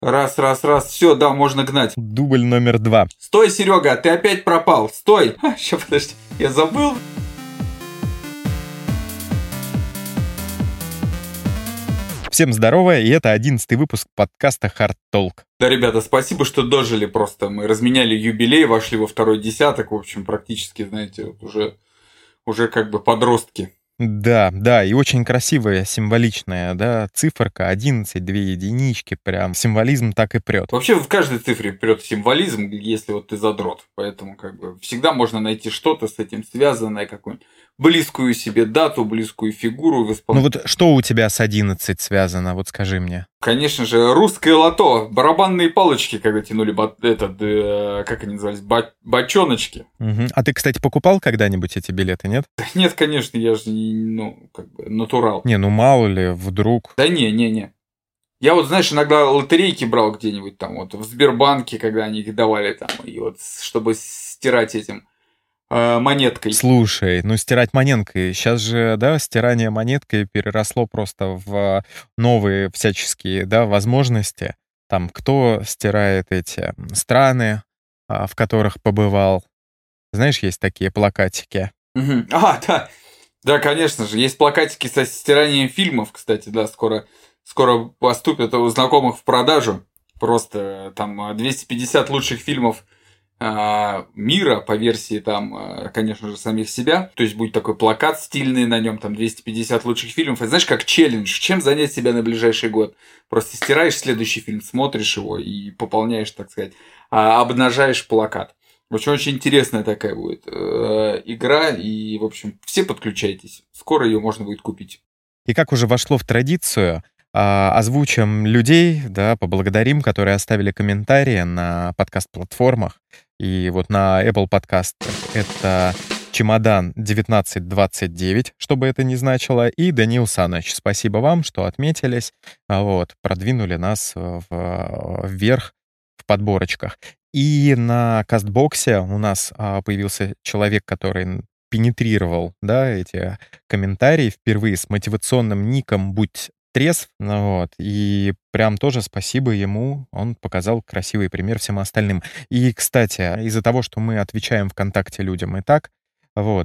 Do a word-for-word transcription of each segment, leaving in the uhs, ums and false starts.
Раз, раз, раз. Все, да, можно гнать. Дубль номер два. Стой, Серега, ты опять пропал. Стой. Сейчас, подожди, я забыл. Всем здорово, и это одиннадцатый выпуск подкаста Hard Talk. Да, ребята, спасибо, что дожили просто. Мы разменяли юбилей, вошли во второй десяток. В общем, практически, знаете, вот уже, уже как бы подростки. Да, да, и очень красивая, символичная, да, циферка, одиннадцать, две единички, прям символизм так и прет. Вообще в каждой цифре прет символизм, если вот ты задрот. Поэтому как бы всегда можно найти что-то с этим связанное, какую-нибудь близкую себе дату, близкую фигуру в исполнении. Ну вот что у тебя с одиннадцать связано, вот скажи мне. Конечно же, русское лото, барабанные палочки, когда тянули бат, этот, э, как они назывались, бат, бочоночки. Угу. А ты, кстати, покупал когда-нибудь эти билеты, нет? Да нет, конечно, я же, ну, как бы, натурал. Не, ну мало ли, вдруг. Да не, не, не. Я вот, знаешь, иногда лотерейки брал где-нибудь там, вот в Сбербанке, когда они их давали там, и вот, чтобы стирать этим э, монеткой. Слушай, ну стирать монеткой, сейчас же, да, стирание монеткой переросло просто в новые всяческие, да, возможности. Там, кто стирает эти страны, а, в которых побывал. Знаешь, есть такие плакатики. Угу. А, да, да, конечно же, есть плакатики со стиранием фильмов, кстати, да, скоро, скоро поступят у знакомых в продажу. Просто там двести пятьдесят лучших фильмов э, мира по версии там, э, конечно же, самих себя. То есть будет такой плакат стильный на нем, там двести пятьдесят лучших фильмов. Это знаешь, как челлендж. Чем занять себя на ближайший год? Просто стираешь следующий фильм, смотришь его и пополняешь, так сказать, а, обнажаешь плакат. В общем, очень интересная такая будет э, игра, и, в общем, все подключайтесь. Скоро ее можно будет купить. И как уже вошло в традицию, а, озвучим людей, да, поблагодарим, которые оставили комментарии на подкаст-платформах. И вот на Apple Podcast это Чемодан девятнадцать двадцать девять, чтобы это ни значило, и Даниил Саныч. Спасибо вам, что отметились, вот, продвинули нас в, вверх в подборочках. И на Кастбоксе у нас а, появился человек, который пенетрировал, да, эти комментарии впервые с мотивационным ником «Будь трезв», ну вот, и прям тоже спасибо ему, он показал красивый пример всем остальным. И, кстати, из-за того, что мы отвечаем ВКонтакте людям и так, вот,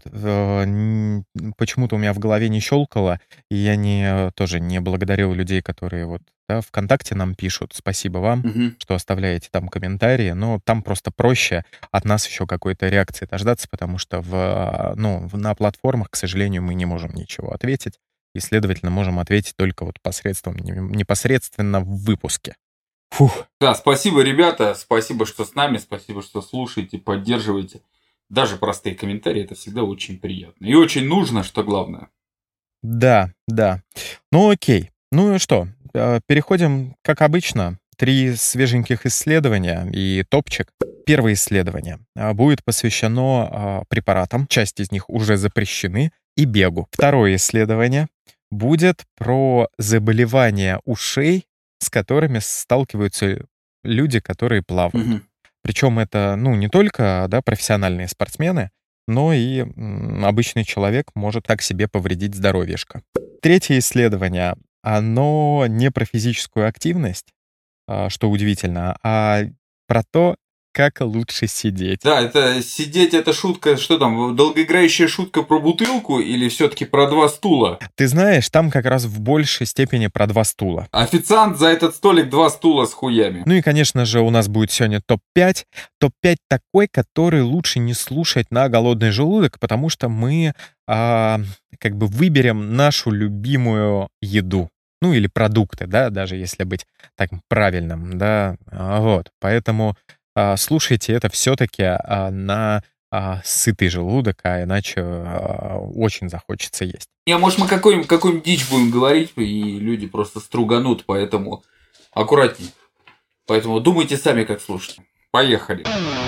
э, почему-то у меня в голове не щелкало, и я не, тоже не благодарил людей, которые вот, да, ВКонтакте нам пишут. Спасибо вам, угу. что оставляете там комментарии, но там просто проще от нас еще какой-то реакции дождаться, потому что в, ну, на платформах, к сожалению, мы не можем ничего ответить, и, следовательно, можем ответить только вот посредством, непосредственно в выпуске. Фух. Да, спасибо, ребята, спасибо, что с нами, спасибо, что слушаете, поддерживаете. Даже простые комментарии, это всегда очень приятно. И очень нужно, что главное. Да, да. Ну окей. Ну и что? Переходим, как обычно, три свеженьких исследования и топчик. Первое исследование будет посвящено препаратам, часть из них уже запрещены, и бегу. Второе исследование будет про заболевания ушей, с которыми сталкиваются люди, которые плавают. Угу. Причем это, ну, не только, да, профессиональные спортсмены, но и м, обычный человек может так себе повредить здоровьишко. Третье исследование, оно не про физическую активность, а, что удивительно, а про то, как лучше сидеть. Да, это сидеть, это шутка, что там, долгоиграющая шутка про бутылку или все-таки про два стула? Ты знаешь, там как раз в большей степени про два стула. Официант за этот столик два стула с хуями. Ну и, конечно же, у нас будет сегодня топ пять. топ пять такой, который лучше не слушать на голодный желудок, потому что мы а, как бы выберем нашу любимую еду. Ну или продукты, да, даже если быть так правильным, да, вот. Поэтому а, слушайте это все-таки а, на а, сытый желудок, а иначе а, очень захочется есть. Не, может, мы какую-нибудь какую дичь будем говорить, и люди просто струганут, поэтому аккуратней. Поэтому думайте сами, как слушать. Поехали.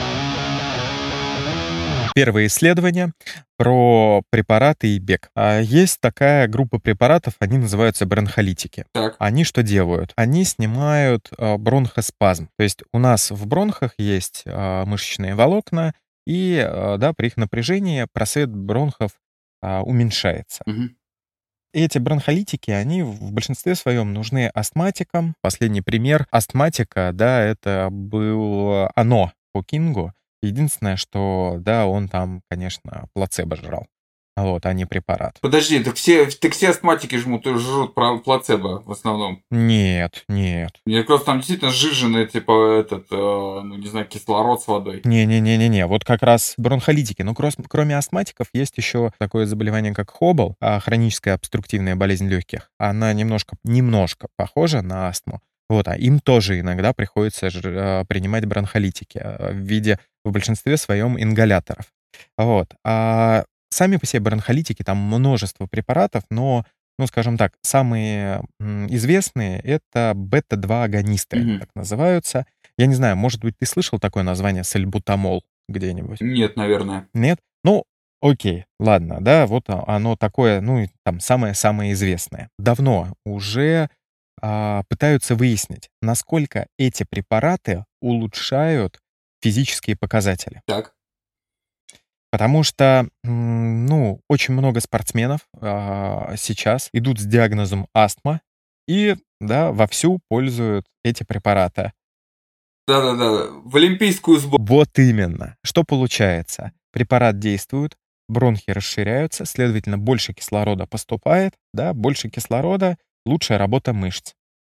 Первое исследование про препараты и бег. Есть такая группа препаратов, они называются бронхолитики. Так. Они что делают? Они снимают бронхоспазм. То есть у нас в бронхах есть мышечные волокна, и да, при их напряжении просвет бронхов уменьшается. Угу. Эти бронхолитики, они в большинстве своем нужны астматикам. Последний пример астматика, да, это был оно по Кингу. Единственное, что, да, он там, конечно, плацебо жрал, вот, а не препарат. Подожди, так все, так все астматики жмут, жрут про- плацебо в основном. Нет, нет. Мне просто там действительно сжиженный, типа, этот, э, ну, не знаю, кислород с водой. Не-не-не-не-не, вот как раз бронхолитики. Но крос- кроме астматиков есть еще такое заболевание, как хобл, а, хроническая обструктивная болезнь легких. Она немножко, немножко похожа на астму. Вот, а им тоже иногда приходится ж- а, принимать бронхолитики а, в виде, в большинстве своем, ингаляторов. Вот. А сами по себе бронхолитики, там множество препаратов, но, ну, скажем так, самые м, известные — это бета два агонисты, они Мгм. так называются. Я не знаю, может быть, ты слышал такое название сальбутамол где-нибудь? Нет, наверное. Нет? Ну, окей, ладно, да, вот о- оно такое, ну, и там самое-самое известное. Давно уже а, пытаются выяснить, насколько эти препараты улучшают физические показатели. Так. Потому что, м, ну, очень много спортсменов а, сейчас идут с диагнозом астма и, да, вовсю пользуют эти препараты. Да-да-да, в олимпийскую сборную. Вот именно. Что получается? Препарат действует, бронхи расширяются, следовательно, больше кислорода поступает, да, больше кислорода, лучшая работа мышц.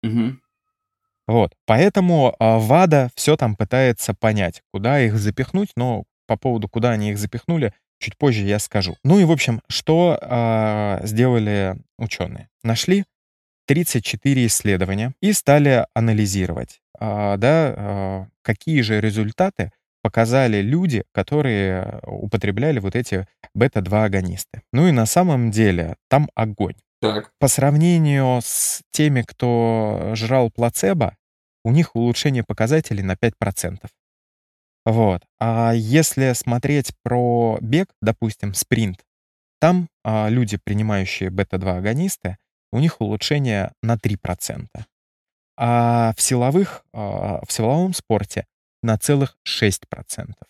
Вот. Поэтому а, ВАДА все там пытается понять, куда их запихнуть, но по поводу, куда они их запихнули, чуть позже я скажу. Ну и, в общем, что а, сделали ученые? Нашли тридцать четыре исследования и стали анализировать, а, да, а, какие же результаты показали люди, которые употребляли вот эти бета два агонисты. Ну и на самом деле там огонь. Так. По сравнению с теми, кто жрал плацебо, у них улучшение показателей на пять процентов. Вот. А если смотреть про бег, допустим, спринт, там а, люди, принимающие бета два агонисты, у них улучшение на три процента. А в силовых, а, в силовом спорте на целых шесть процентов.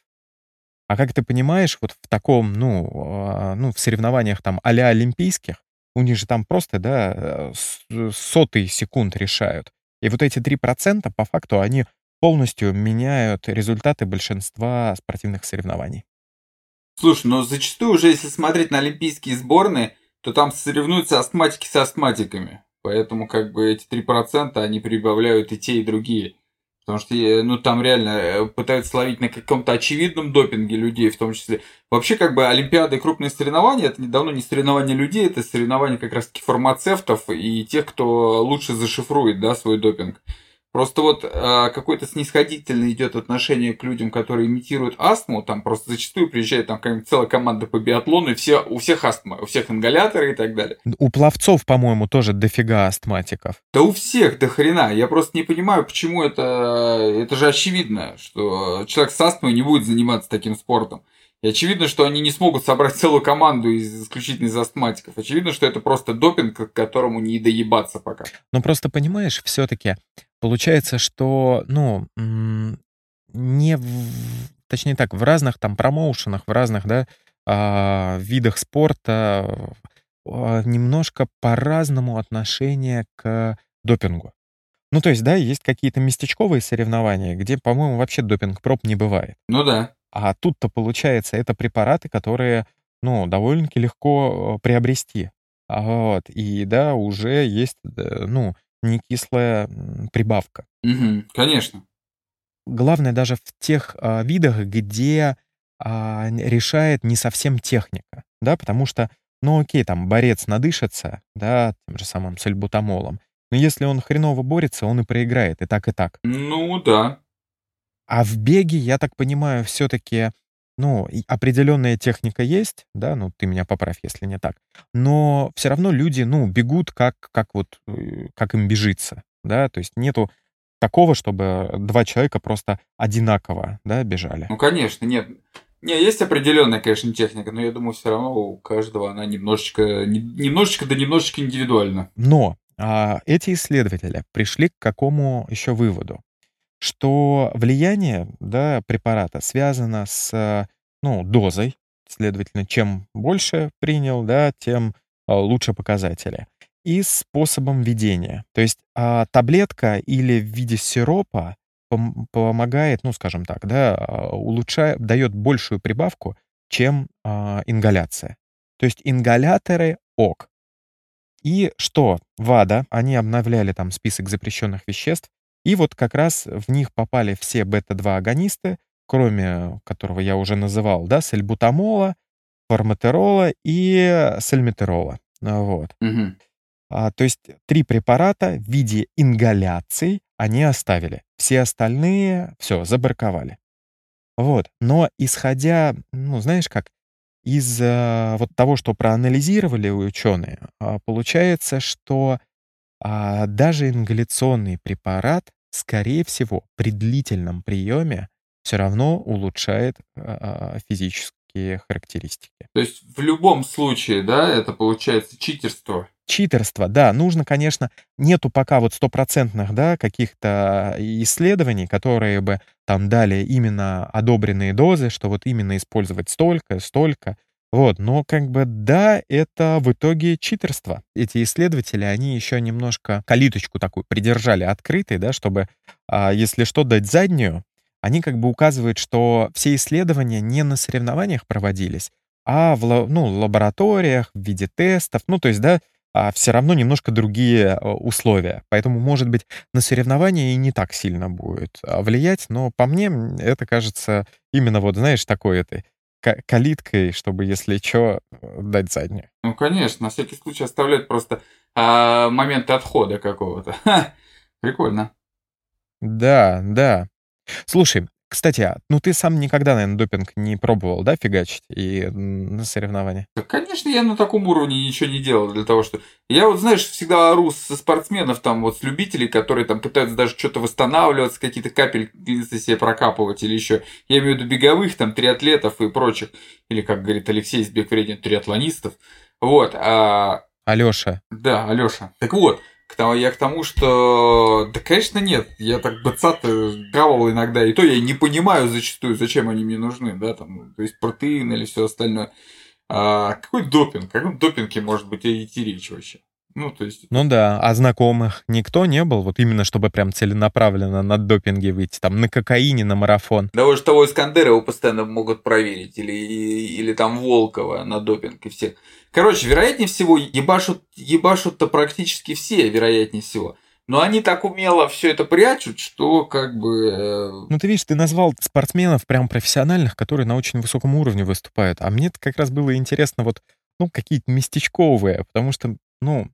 А как ты понимаешь, вот в таком, ну, а, ну, в соревнованиях там а-ля олимпийских, у них же там просто, да, э, с- сотые секунд решают. И вот эти три процента по факту, они полностью меняют результаты большинства спортивных соревнований. Слушай, но зачастую уже, если смотреть на олимпийские сборные, то там соревнуются астматики с астматиками. Поэтому как бы эти три процента они прибавляют и те, и другие. Потому что, э, ну, там реально э, пытаются ловить на каком-то очевидном допинге людей, в том числе. Вообще, как бы, олимпиады и крупные соревнования, это давно не соревнования людей, это соревнования как раз-таки фармацевтов и тех, кто лучше зашифрует, да, свой допинг. Просто вот а, какое-то снисходительное идет отношение к людям, которые имитируют астму. Там просто зачастую приезжает там какая-нибудь целая команда по биатлону, и все, у всех астма, у всех ингаляторы и так далее. У пловцов, по-моему, тоже дофига астматиков. Да у всех до хрена. Я просто не понимаю, почему это... Это же очевидно, что человек с астмой не будет заниматься таким спортом. И очевидно, что они не смогут собрать целую команду из исключительно из астматиков. Очевидно, что это просто допинг, к которому не доебаться пока. Но просто понимаешь, все-таки получается, что, ну, м, не в, точнее так, в разных там промоушенах, в разных, да, а, видах спорта а, немножко по-разному отношение к допингу. Ну, то есть, да, есть какие-то местечковые соревнования, где, по-моему, вообще допинг-проб не бывает. Ну да. А тут-то, получается, это препараты, которые, ну, довольно-таки легко э, приобрести. А, Вот. И да, уже есть, э, ну, не кислая м, прибавка. Мгм, конечно. Главное даже в тех а, видах, где а, н- решает не совсем техника, да, потому что, ну, окей, там, борец надышится, да, тем же самым сальбутамолом, но если он хреново борется, он и проиграет, и так, и так. Ну да. А в беге, я так понимаю, все-таки, ну, и определенная техника есть, да, ну, ты меня поправь, если не так, но все равно люди, ну, бегут как, как вот, э, как им бежится, да, то есть нету такого, чтобы два человека просто одинаково, да, бежали. Ну, конечно, нет. Не, есть определенная, конечно, техника, но я думаю, все равно у каждого она немножечко, не- немножечко да немножечко индивидуальна. Но а, эти исследователи пришли к какому еще выводу? Что влияние, да, препарата связано с, э, ну, дозой. Следовательно, чем больше принял, да, тем а, лучше показатели. И способом введения. То есть а, таблетка или в виде сиропа пом- помогает, ну, скажем так, да, а, улучшает, дает большую прибавку, чем а, ингаляция. То есть ингаляторы ок. И что? ВАДА, они обновляли там список запрещенных веществ, и вот как раз в них попали все бета-два агонисты, кроме которого я уже называл, да, сальбутамола, форматерола и сальметерола. А, Вот. Мгм. А, то есть три препарата в виде ингаляций они оставили. Все остальные, все, забраковали. Вот. Но исходя, ну, знаешь как, из э, вот того, что проанализировали ученые, а, получается, что а, даже ингаляционный препарат, скорее всего, при длительном приеме все равно улучшает а, а, физические характеристики. То есть в любом случае, да, это получается читерство. Читерство, да, нужно, конечно, нету пока вот стопроцентных, да, каких-то исследований, которые бы там дали именно одобренные дозы, что вот именно использовать столько, столько. Вот, но как бы да, это в итоге читерство. Эти исследователи, они еще немножко калиточку такую придержали открытой, да, чтобы, а, если что, дать заднюю. Они как бы указывают, что все исследования не на соревнованиях проводились, а в ла- ну, лабораториях, в виде тестов. Ну, то есть, да, а все равно немножко другие э, условия. Поэтому, может быть, на соревнования и не так сильно будет а, влиять, но по мне м, это кажется именно вот, знаешь, такой этой ка- калиткой, чтобы, если что, дать заднюю. Ну, конечно, на всякий случай оставлять просто а, момент отхода какого-то. Ха, прикольно. Да, да. Слушай, кстати, а, ну ты сам никогда, наверное, допинг не пробовал, да, фигачить и м, на соревнования? Да, конечно, я на таком уровне ничего не делал для того, что... Я вот, знаешь, всегда ору со спортсменов, там, вот с любителей, которые там пытаются даже что-то восстанавливаться, какие-то капельницы себе прокапывать или еще. Я имею в виду беговых, там, триатлетов и прочих. Или, как говорит Алексей Избек-Вредин, триатлонистов. Вот. А Алёша, Да, Алёша. Так вот, к тому, я к тому, что... Да, конечно, нет. Я так бацаты хавал иногда, и то я не понимаю зачастую, зачем они мне нужны, да, там, то есть протеин или все остальное. А какой допинг? О каком допинге может быть идти речь вообще? Ну, то есть, ну да, а знакомых никто не был, вот именно чтобы прям целенаправленно на допинге выйти, там, на кокаине, на марафон. того же того Искандерова постоянно могут проверить, или, или там Волкова на допинг и все. Короче, вероятнее всего, ебашут, ебашут-то практически все, вероятнее всего. Но они так умело все это прячут, что как бы... э, Ну, ты видишь, ты назвал спортсменов прям профессиональных, которые на очень высоком уровне выступают. А мне как раз было интересно вот, ну, какие-то местечковые, потому что, ну,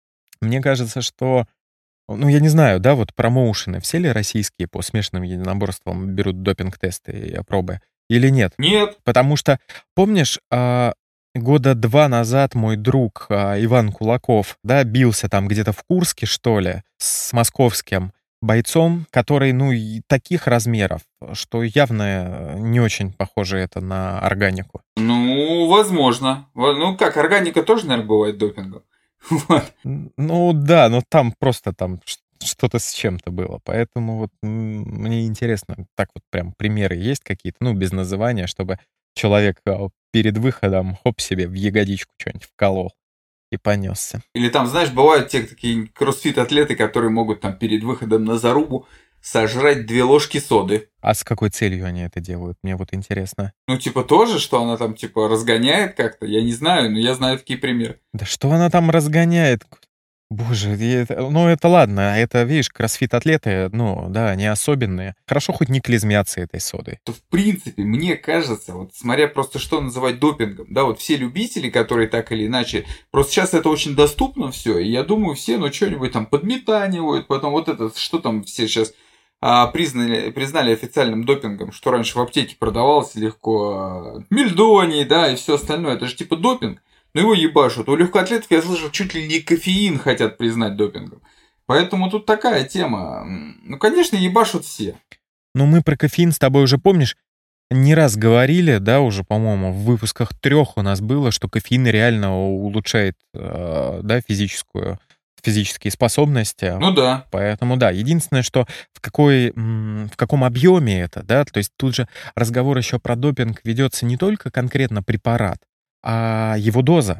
мне кажется, что, ну, я не знаю, да, вот промоушены, все ли российские по смешанным единоборствам берут допинг-тесты и пробы или нет? Нет, Потому что, помнишь, а, года два назад мой друг а, Иван Кулаков, да, бился там где-то в Курске, что ли, с московским бойцом, который, ну, и таких размеров, что явно э, не очень похоже это на органику. ну, возможно. Во- Ну как, органика тоже, наверное, бывает допингом. Вот. Н- Ну да, но там просто там ш- что-то с чем-то было. Поэтому вот м, мне интересно, так вот прям примеры есть какие-то, ну, без называния, чтобы человек а, перед выходом хоп себе в ягодичку что-нибудь вколол и понесся. Или там, знаешь, бывают те такие кроссфит-атлеты, которые могут там перед выходом на зарубу сожрать две ложки соды. А с какой целью они это делают? Мне вот интересно. Ну, типа, тоже, что она там, типа, разгоняет как-то, я не знаю, но я знаю такие примеры. Да что она там разгоняет? Боже, и это- ну это ладно, а это, видишь, кроссфит-атлеты, ну да, они особенные. Хорошо хоть не клизмятся этой содой. То, в принципе, мне кажется, вот смотря просто что называть допингом, да, вот все любители, которые так или иначе, просто сейчас это очень доступно все, и я думаю, все, ну, что-нибудь там подметанивают, потом вот это, что там все сейчас а, признали, признали официальным допингом, что раньше в аптеке продавалось легко, а, мельдоний, да, и все остальное, это же типа допинг, но его ебашут. У легкоатлетов, я слышал, чуть ли не кофеин хотят признать допингом. Поэтому тут такая тема. Ну, конечно, ебашут все. Но мы про кофеин с тобой уже, помнишь, не раз говорили, да, уже, по-моему, в выпусках трех у нас было, что кофеин реально улучшает, э, да, физическую, физические способности. Ну да. Поэтому да, единственное, что в какой, м, в каком объеме это, да, то есть тут же разговор еще про допинг ведется не только конкретно препарат, а его доза.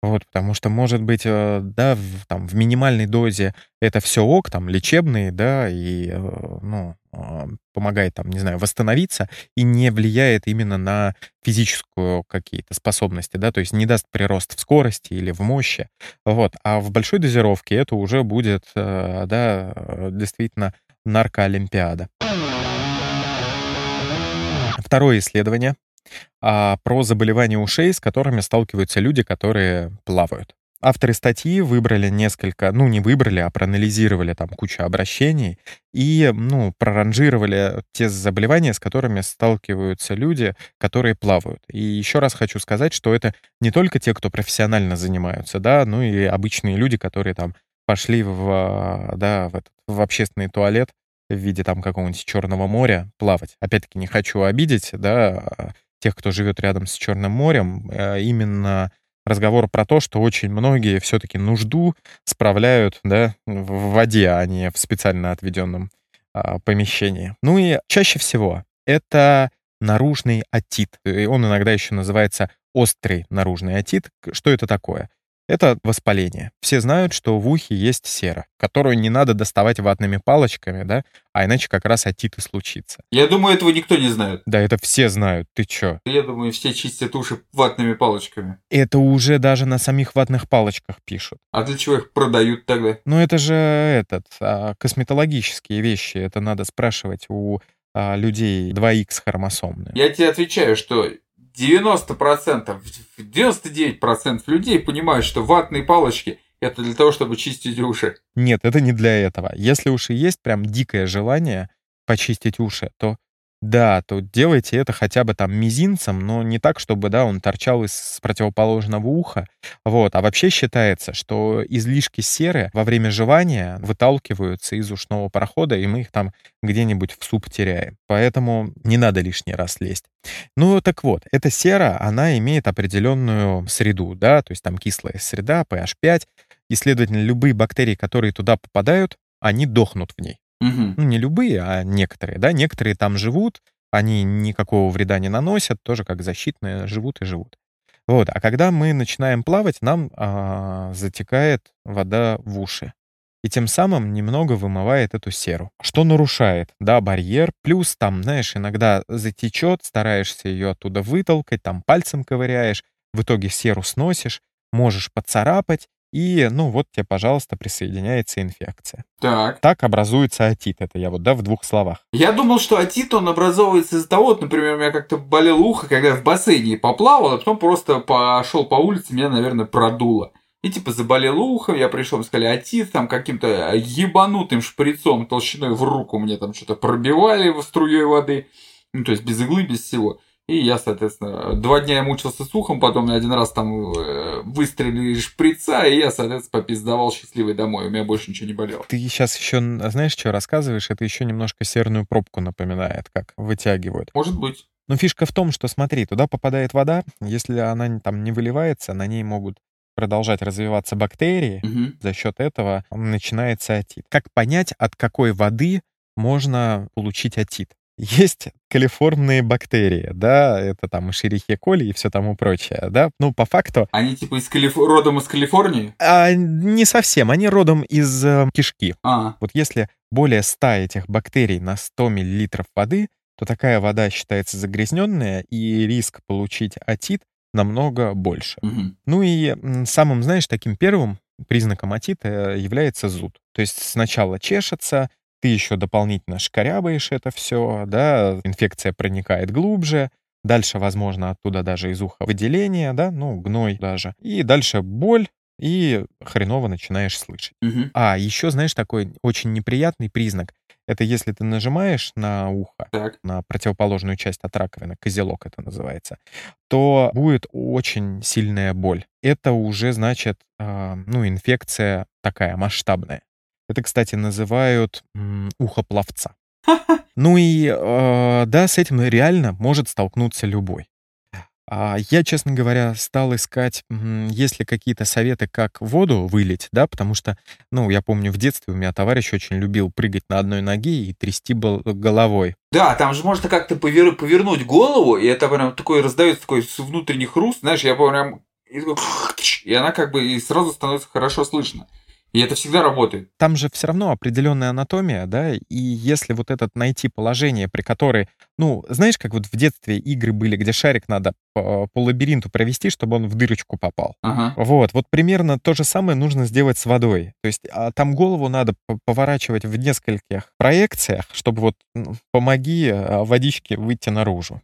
Вот, потому что, может быть, э, да, в, там, в минимальной дозе это все ок, там, лечебные, да, и, э, ну, а, помогает, там, не знаю, восстановиться и не влияет именно на физическую какие-то способности, да, то есть не даст прирост в скорости или в мощи, вот. А в большой дозировке это уже будет, э, да, э, действительно наркоолимпиада. Второе исследование а, про заболевания ушей, с которыми сталкиваются люди, которые плавают. Авторы статьи выбрали несколько, ну, не выбрали, а проанализировали там кучу обращений и, ну, проранжировали те заболевания, с которыми сталкиваются люди, которые плавают. И еще раз хочу сказать, что это не только те, кто профессионально занимаются, да, ну и обычные люди, которые там пошли в, да, в, этот, в общественный туалет в виде там какого-нибудь Черного моря плавать. Опять-таки не хочу обидеть, да, тех, кто живет рядом с Черным морем, именно разговор про то, что очень многие все-таки нужду справляют, да, в воде, а не в специально отведенном а, помещении. Ну и чаще всего это наружный отит. И он иногда еще называется острый наружный отит. Что это такое? Это воспаление. Все знают, что в ухе есть сера, которую не надо доставать ватными палочками, да, а иначе как раз отит и случится. Я думаю, этого никто не знает. Да, это все знают. Ты чё? Я думаю, все чистят уши ватными палочками. Это уже даже на самих ватных палочках пишут. А для чего их продают тогда? Ну, это же этот, а, косметологические вещи. Это надо спрашивать у а, людей два икс хромосомные. Я тебе отвечаю, что девяносто процентов, девяносто девять процентов людей понимают, что ватные палочки – это для того, чтобы чистить уши. Нет, это не для этого. Если уж и есть прям дикое желание почистить уши, то да, то делайте это хотя бы там мизинцем, но не так, чтобы, да, он торчал из противоположного уха. Вот. А вообще считается, что излишки серы во время жевания выталкиваются из ушного прохода, и мы их там где-нибудь в суп теряем. Поэтому не надо лишний раз лезть. Ну, так вот, эта сера, она имеет определенную среду, да, то есть там кислая среда, пэ аш пять, и, следовательно, любые бактерии, которые туда попадают, они дохнут в ней. Угу. Ну, не любые, а некоторые, да, некоторые там живут, они никакого вреда не наносят, тоже как защитные, живут и живут. Вот, а когда мы начинаем плавать, нам а, затекает вода в уши. И тем самым немного вымывает эту серу. Что нарушает, да, барьер. Плюс там, знаешь, иногда затечет, стараешься ее оттуда вытолкать, там пальцем ковыряешь, в итоге серу сносишь, можешь поцарапать, и, ну, вот тебе, пожалуйста, присоединяется инфекция. Так. Так образуется отит. Это я вот, да, в двух словах. Я думал, что отит, он образовывается из-за того, вот, например, у меня как-то болело ухо, когда я в бассейне поплавал, а потом просто пошел по улице, меня, наверное, продуло. И типа заболело ухо, я пришел, мне сказали, отит, там каким-то ебанутым шприцом толщиной в руку мне там что-то пробивали в струей воды. Ну, то есть без иглы, без всего. И я, соответственно, два дня я мучился с ухом, потом мне один раз там э, выстрелили шприца, и я, соответственно, попиздавал счастливый домой. У меня больше ничего не болело. Ты сейчас еще, знаешь, что рассказываешь? Это еще немножко серную пробку напоминает, как вытягивают. Может быть. Но фишка в том, что, смотри, туда попадает вода, если она там не выливается, на ней могут продолжать развиваться бактерии, Угу. за счет этого начинается отит. Как понять, от какой воды можно получить отит? Есть колиформные бактерии, да, это там Escherichia coli и все тому прочее, да, ну, по факту... Они типа из Калиф... родом из Калифорнии? А, не совсем, они родом из э, кишки. А. Вот если более ста этих бактерий на сто миллилитров воды, то такая вода считается загрязненная, и риск получить отит намного больше. Угу. Ну и самым, знаешь, таким первым признаком отита является зуд. То есть сначала чешется, ты еще дополнительно шкарябаешь это все, да, инфекция проникает глубже, дальше, возможно, оттуда даже из уха выделение, да, ну, гной даже, и дальше боль, и хреново начинаешь слышать. Угу. А, еще, знаешь, такой очень неприятный признак. Это если ты нажимаешь на ухо, Так. на противоположную часть от раковины, козелок это называется, то будет очень сильная боль. Это уже, значит, э, ну, инфекция такая масштабная. Это, кстати, называют м, ухо пловца. Ну и э, да, с этим реально может столкнуться любой. А я, честно говоря, стал искать, м, есть ли какие-то советы, как воду вылить, да, потому что, ну, я помню, в детстве у меня товарищ очень любил прыгать на одной ноге и трясти бол- головой. Да, там же можно как-то повер... повернуть голову, и это прям такой раздается такой внутренний хруст, знаешь, я прям и такой и она как бы и сразу становится хорошо слышно. И это всегда работает. Там же все равно определенная анатомия, да, и если вот этот найти положение, при которой, ну, знаешь, как вот в детстве игры были, где шарик надо по, по лабиринту провести, чтобы он в дырочку попал. Ага. Вот, вот примерно то же самое нужно сделать с водой. То есть а, там голову надо п- поворачивать в нескольких проекциях, чтобы вот ну, помоги а, водичке выйти наружу.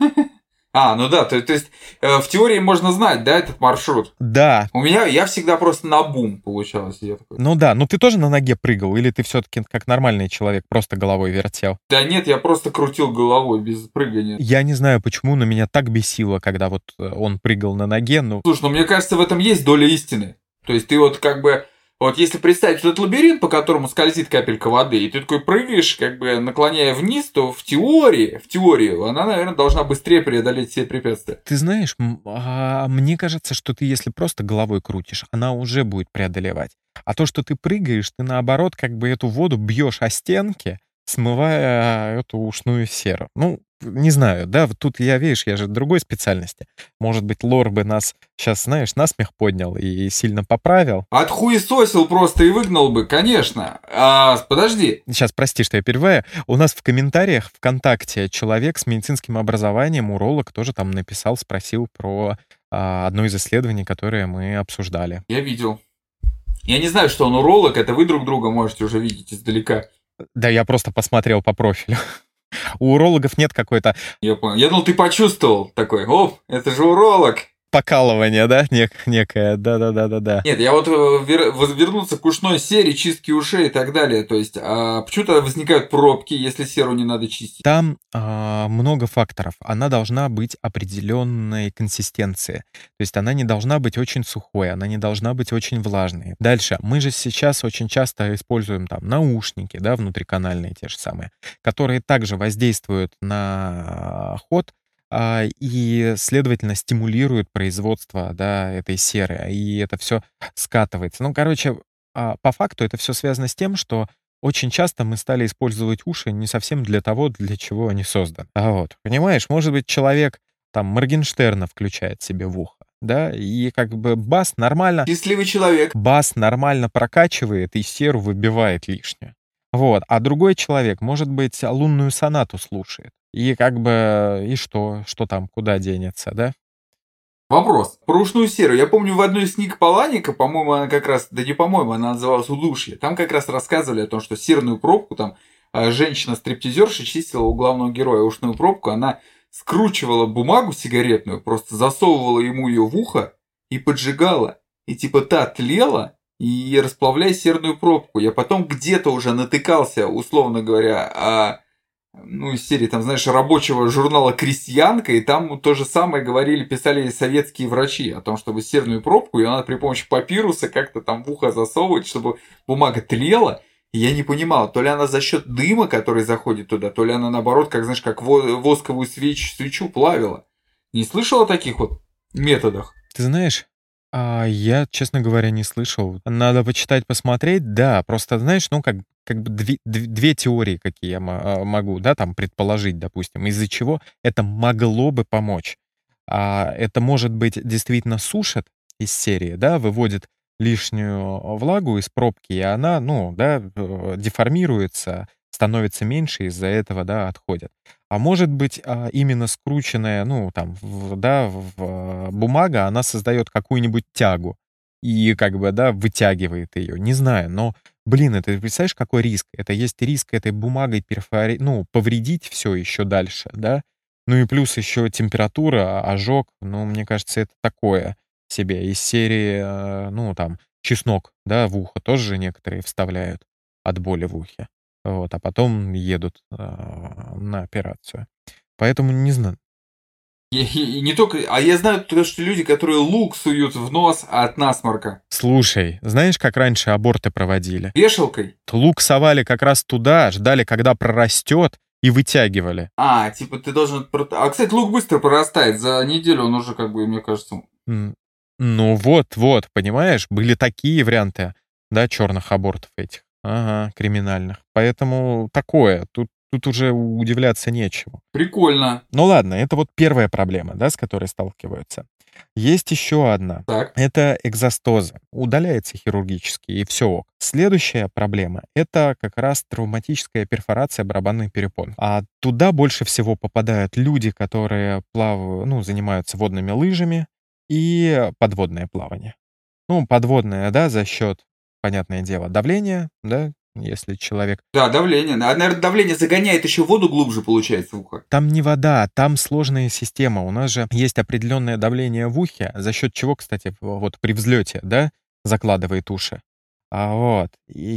А, ну да, то, то есть э, в теории можно знать, да, этот маршрут. Да. У меня, я всегда просто наобум получалось. Я такой, Ну да, ну ты тоже на ноге прыгал, или ты все-таки как нормальный человек просто головой вертел? да нет, я просто крутил головой без прыгания. Я не знаю почему, но меня так бесило, когда вот э, он прыгал на ноге, ну... Слушай, ну мне кажется, в этом есть доля истины. То есть ты вот как бы, вот если представить этот лабиринт, по которому скользит капелька воды, и ты такой прыгаешь, как бы наклоняя вниз, то в теории, в теории она, наверное, должна быстрее преодолеть все препятствия. Ты знаешь, м, а, мне кажется, что ты если просто головой крутишь, она уже будет преодолевать. А то, что ты прыгаешь, ты наоборот как бы эту воду бьешь о стенки, смывая эту ушную серу. Ну, не знаю, да, вот тут я, видишь, я же другой специальности. Может быть, лор бы нас сейчас, знаешь, насмех поднял и сильно поправил. Отхуесосил просто и выгнал бы, конечно. А, подожди. Сейчас, прости, что я перебиваю. У нас в комментариях ВКонтакте человек с медицинским образованием, уролог, тоже там написал, спросил про а, одно из исследований, которое мы обсуждали. Я видел. Я не знаю, что он уролог, это вы друг друга можете уже видеть издалека. Да, я просто посмотрел по профилю. У урологов нет какой-то... Я понял. Я думал, ты почувствовал такой, оп, это же уролог. Покалывание, да, Нек- некое, да-да-да-да-да. Нет, я вот э, вер... вернуться к ушной серии, чистки ушей и так далее. То есть, а почему-то возникают пробки, если серу не надо чистить. Там а, много факторов. Она должна быть определенной консистенции. То есть она не должна быть очень сухой, она не должна быть очень влажной. Дальше. Мы же сейчас очень часто используем там наушники, да, внутриканальные те же самые, которые также воздействуют на ход, а, и, следовательно, стимулируют производство, да, этой серы, и это все скатывается. Ну, короче, а, по факту это все связано с тем, что очень часто мы стали использовать уши не совсем для того, для чего они созданы. А вот, понимаешь, может быть, человек там Моргенштерна включает себе в ухо, да, и как бы бас нормально, Счастливый человек. бас нормально прокачивает и серу выбивает лишнее. Вот, а другой человек, может быть, лунную сонату слушает. И как бы, и что? Что там, куда денется, да? Вопрос. Про ушную серу. Я помню, в одной из книг Паланика, по-моему, она как раз, да не по-моему, она называлась «Удушье». Там как раз рассказывали о том, что серную пробку, там, э, женщина-стриптизерша чистила у главного героя ушную пробку, она скручивала бумагу сигаретную, просто засовывала ему ее в ухо и поджигала. И типа та тлела, и расплавляя серную пробку. Я потом где-то уже натыкался, условно говоря, о, ну, из серии, там, знаешь, рабочего журнала «Крестьянка», и там то же самое говорили, писали советские врачи о том, чтобы серную пробку, ее надо при помощи папируса как-то там в ухо засовывать, чтобы бумага тлела. И я не понимал, то ли она за счет дыма, который заходит туда, то ли она наоборот, как, знаешь, как восковую свеч, свечу плавила. Не слышал о таких вот методах? Ты знаешь, а, я, честно говоря, не слышал. Надо почитать, посмотреть. Да, просто, знаешь, ну, как, как бы две, две, две теории, какие я мо- а, могу, да, там предположить, допустим, из-за чего это могло бы помочь. А, это, может быть, действительно сушит из серии, да, выводит лишнюю влагу из пробки, и она, ну, да, э, деформируется, становится меньше, из-за этого, да, отходит. А может быть, а, именно скрученная, ну, там, в- да, в- в- бумага, она создает какую-нибудь тягу и как бы, да, вытягивает ее. Не знаю, но, блин, это ты представляешь, какой риск? Это есть риск этой бумагой перфори... ну, повредить все еще дальше, да? Ну и плюс еще температура, ожог, ну, мне кажется, это такое себе из серии, э, ну, там, чеснок, да, в ухо тоже же некоторые вставляют от боли в ухе. Вот, а потом едут а, на операцию. Поэтому не знаю. И, и- и не только... А я знаю, то, что люди, которые лук суют в нос от насморка. Слушай, знаешь, как раньше аборты проводили? Вешалкой? Лук совали как раз туда, ждали, когда прорастет, и вытягивали. А, типа ты должен... про- А, кстати, лук быстро прорастает. За неделю он уже, как бы, мне кажется... М, Ну вот, вот, понимаешь, были такие варианты, да, черных абортов этих. Ага, криминальных. Поэтому такое, тут, тут уже удивляться нечему. Прикольно. Ну ладно, это вот первая проблема, да, с которой сталкиваются. Есть еще одна. Так. Это экзостозы. Удаляется хирургически, и все ок. Следующая проблема — это как раз травматическая перфорация барабанной перепонки. А туда больше всего попадают люди, которые плавают, ну, занимаются водными лыжами и подводное плавание. Ну, подводное, да, за счет, понятное дело, давления, да, если человек... Да, давление. А, наверное, давление загоняет еще воду глубже, получается, в ухо. Там не вода, там сложная система. У нас же есть определенное давление в ухе, за счет чего, кстати, вот при взлете, да, закладывает уши. А вот.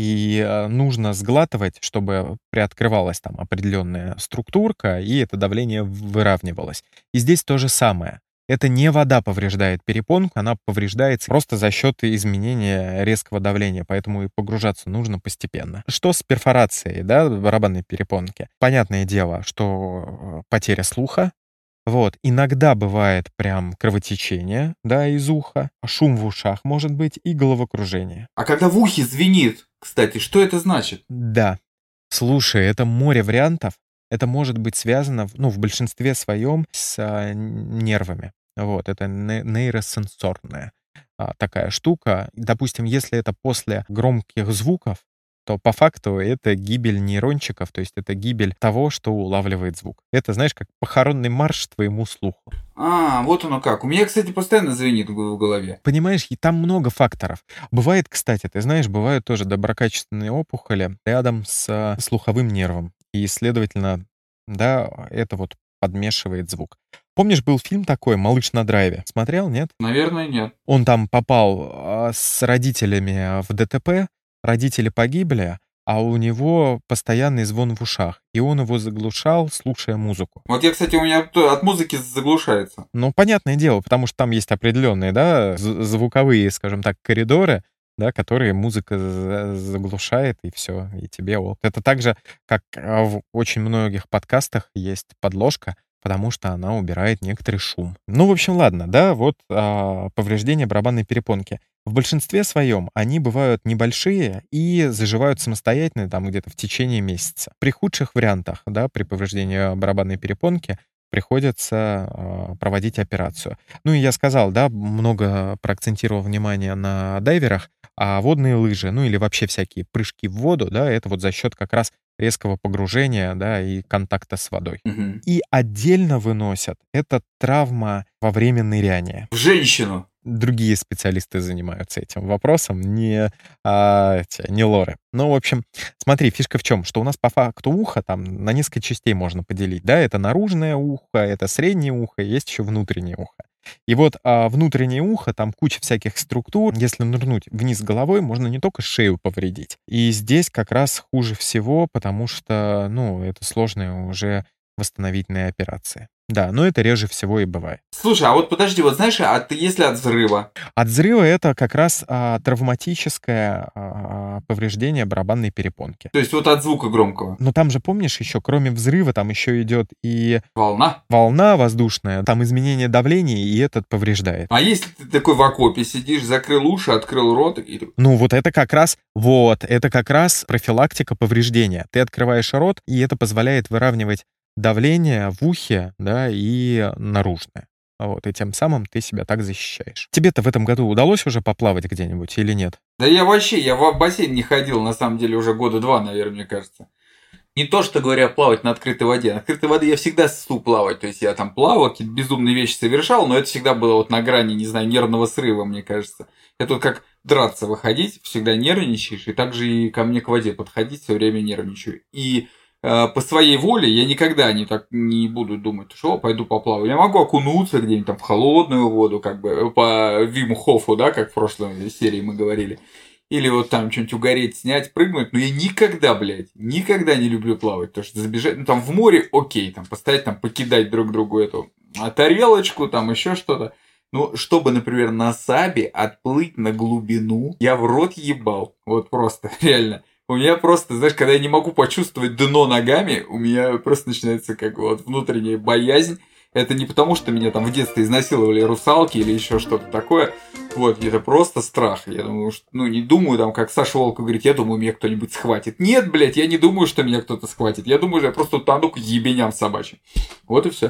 И э, нужно сглатывать, чтобы приоткрывалась там определенная структурка, и это давление выравнивалось. И здесь то же самое. Это не вода повреждает перепонку, она повреждается просто за счет изменения резкого давления, поэтому и погружаться нужно постепенно. Что с перфорацией, да, барабанной перепонки? Понятное дело, что потеря слуха, вот, иногда бывает прям кровотечение, да, из уха, шум в ушах может быть и головокружение. А когда в ухе звенит, кстати, что это значит? Да. Слушай, это море вариантов. Это может быть связано, ну, в большинстве своем с а, нервами. Вот, это не- нейросенсорная а, такая штука. Допустим, если это после громких звуков, то по факту это гибель нейрончиков, то есть это гибель того, что улавливает звук. Это, знаешь, как похоронный марш твоему слуху. А, вот оно как. У меня, кстати, постоянно звенит в в голове. Понимаешь, и там много факторов. Бывает, кстати, ты знаешь, бывают тоже доброкачественные опухоли рядом с а, слуховым нервом. И, следовательно, да, это вот подмешивает звук. Помнишь, был фильм такой «Малыш на драйве»? Смотрел, нет? Наверное, нет. Он там попал а, с родителями в ДТП, родители погибли, а у него постоянный звон в ушах. И он его заглушал, слушая музыку. Вот я, кстати, у меня то- от музыки заглушается. Ну, понятное дело, потому что там есть определенные, да, з- звуковые, скажем так, коридоры, да, которые музыка за- заглушает, и все, и тебе ок. Это так же, как а, в очень многих подкастах есть подложка, потому что она убирает некоторый шум. Ну, в общем, ладно, да, вот а, повреждения барабанной перепонки. В большинстве своем они бывают небольшие и заживают самостоятельно там где-то в течение месяца. При худших вариантах, да, при повреждении барабанной перепонки приходится а, проводить операцию. Ну и я сказал, да, много проакцентировал внимание на дайверах, а водные лыжи, ну или вообще всякие прыжки в воду, да, это вот за счет как раз резкого погружения, да, и контакта с водой. Мгм. И отдельно выносят это травма во время ныряния. В женщину. Другие специалисты занимаются этим вопросом, не, а, эти, не лоры. Ну, в общем, смотри, фишка в чем, что у нас по факту ухо там на несколько частей можно поделить, да, это наружное ухо, это среднее ухо, есть еще внутреннее ухо. И вот а, внутреннее ухо, там куча всяких структур, если нырнуть вниз головой, можно не только шею повредить. И здесь как раз хуже всего, потому что, ну, это сложная уже восстановительная операция. Да, но это реже всего и бывает. Слушай, а вот подожди, вот знаешь, а ты если от взрыва? От взрыва это как раз а, травматическое а, повреждение барабанной перепонки. То есть вот от звука громкого. Но там же, помнишь, еще кроме взрыва, там еще идет и Волна. волна воздушная, там изменение давления, и этот повреждает. А если ты такой в окопе сидишь, закрыл уши, открыл рот и... Ну, вот это как раз, вот, это как раз профилактика повреждения. Ты открываешь рот, и это позволяет выравнивать давление в ухе, да, и наружное. Вот, и тем самым ты себя так защищаешь. Тебе-то в этом году удалось уже поплавать где-нибудь или нет? Да я вообще, я в бассейн не ходил, на самом деле, уже года два, наверное, мне кажется. Не то, что говоря, плавать на открытой воде. На открытой воде я всегда ссу плавать. То есть я там плавал, какие-то безумные вещи совершал, но это всегда было вот на грани, не знаю, нервного срыва, мне кажется. Это вот как драться выходить, всегда нервничаешь, и также и ко мне к воде подходить, все время нервничаю. И э, по своей воле я никогда не так не буду думать, что пойду поплаваю. Я могу окунуться где-нибудь там в холодную воду, как бы по Виму Хофу, да, как в прошлой серии мы говорили. Или вот там что-нибудь угореть, снять, прыгнуть. Но я никогда, блядь, никогда не люблю плавать. Потому что забежать, ну там в море, окей, там постоять, там покидать друг другу эту а тарелочку, там еще что-то. Ну, чтобы, например, на сабе отплыть на глубину, я в рот ебал. Вот просто, реально. У меня просто, знаешь, когда я не могу почувствовать дно ногами, у меня просто начинается как вот внутренняя боязнь. Это не потому, что меня там в детстве изнасиловали русалки или еще что-то такое. Вот, это просто страх. Я думаю, что, ну, не думаю, там, как Саша Волков говорит, я думаю, меня кто-нибудь схватит. Нет, блядь, я не думаю, что меня кто-то схватит. Я думаю, что я просто утону к ебеням собачьим. Вот и все.